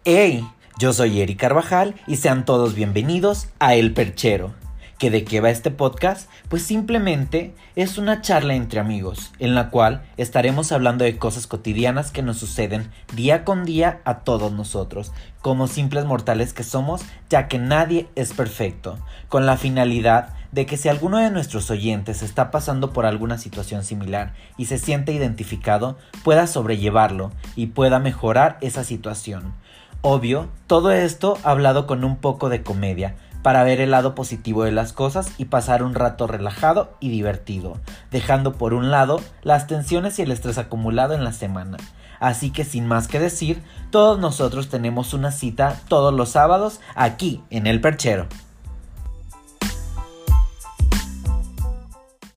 Hey, yo soy Eric Carvajal y sean todos bienvenidos a El Perchero. ¿Que de qué va este podcast? Pues simplemente es una charla entre amigos, en la cual estaremos hablando de cosas cotidianas que nos suceden día con día a todos nosotros, como simples mortales que somos, ya que nadie es perfecto, con la finalidad de que si alguno de nuestros oyentes está pasando por alguna situación similar y se siente identificado, pueda sobrellevarlo y pueda mejorar esa situación. Obvio, todo esto hablado con un poco de comedia, para ver el lado positivo de las cosas y pasar un rato relajado y divertido, dejando por un lado las tensiones y el estrés acumulado en la semana. Así que sin más que decir, todos nosotros tenemos una cita todos los sábados aquí en El Perchero.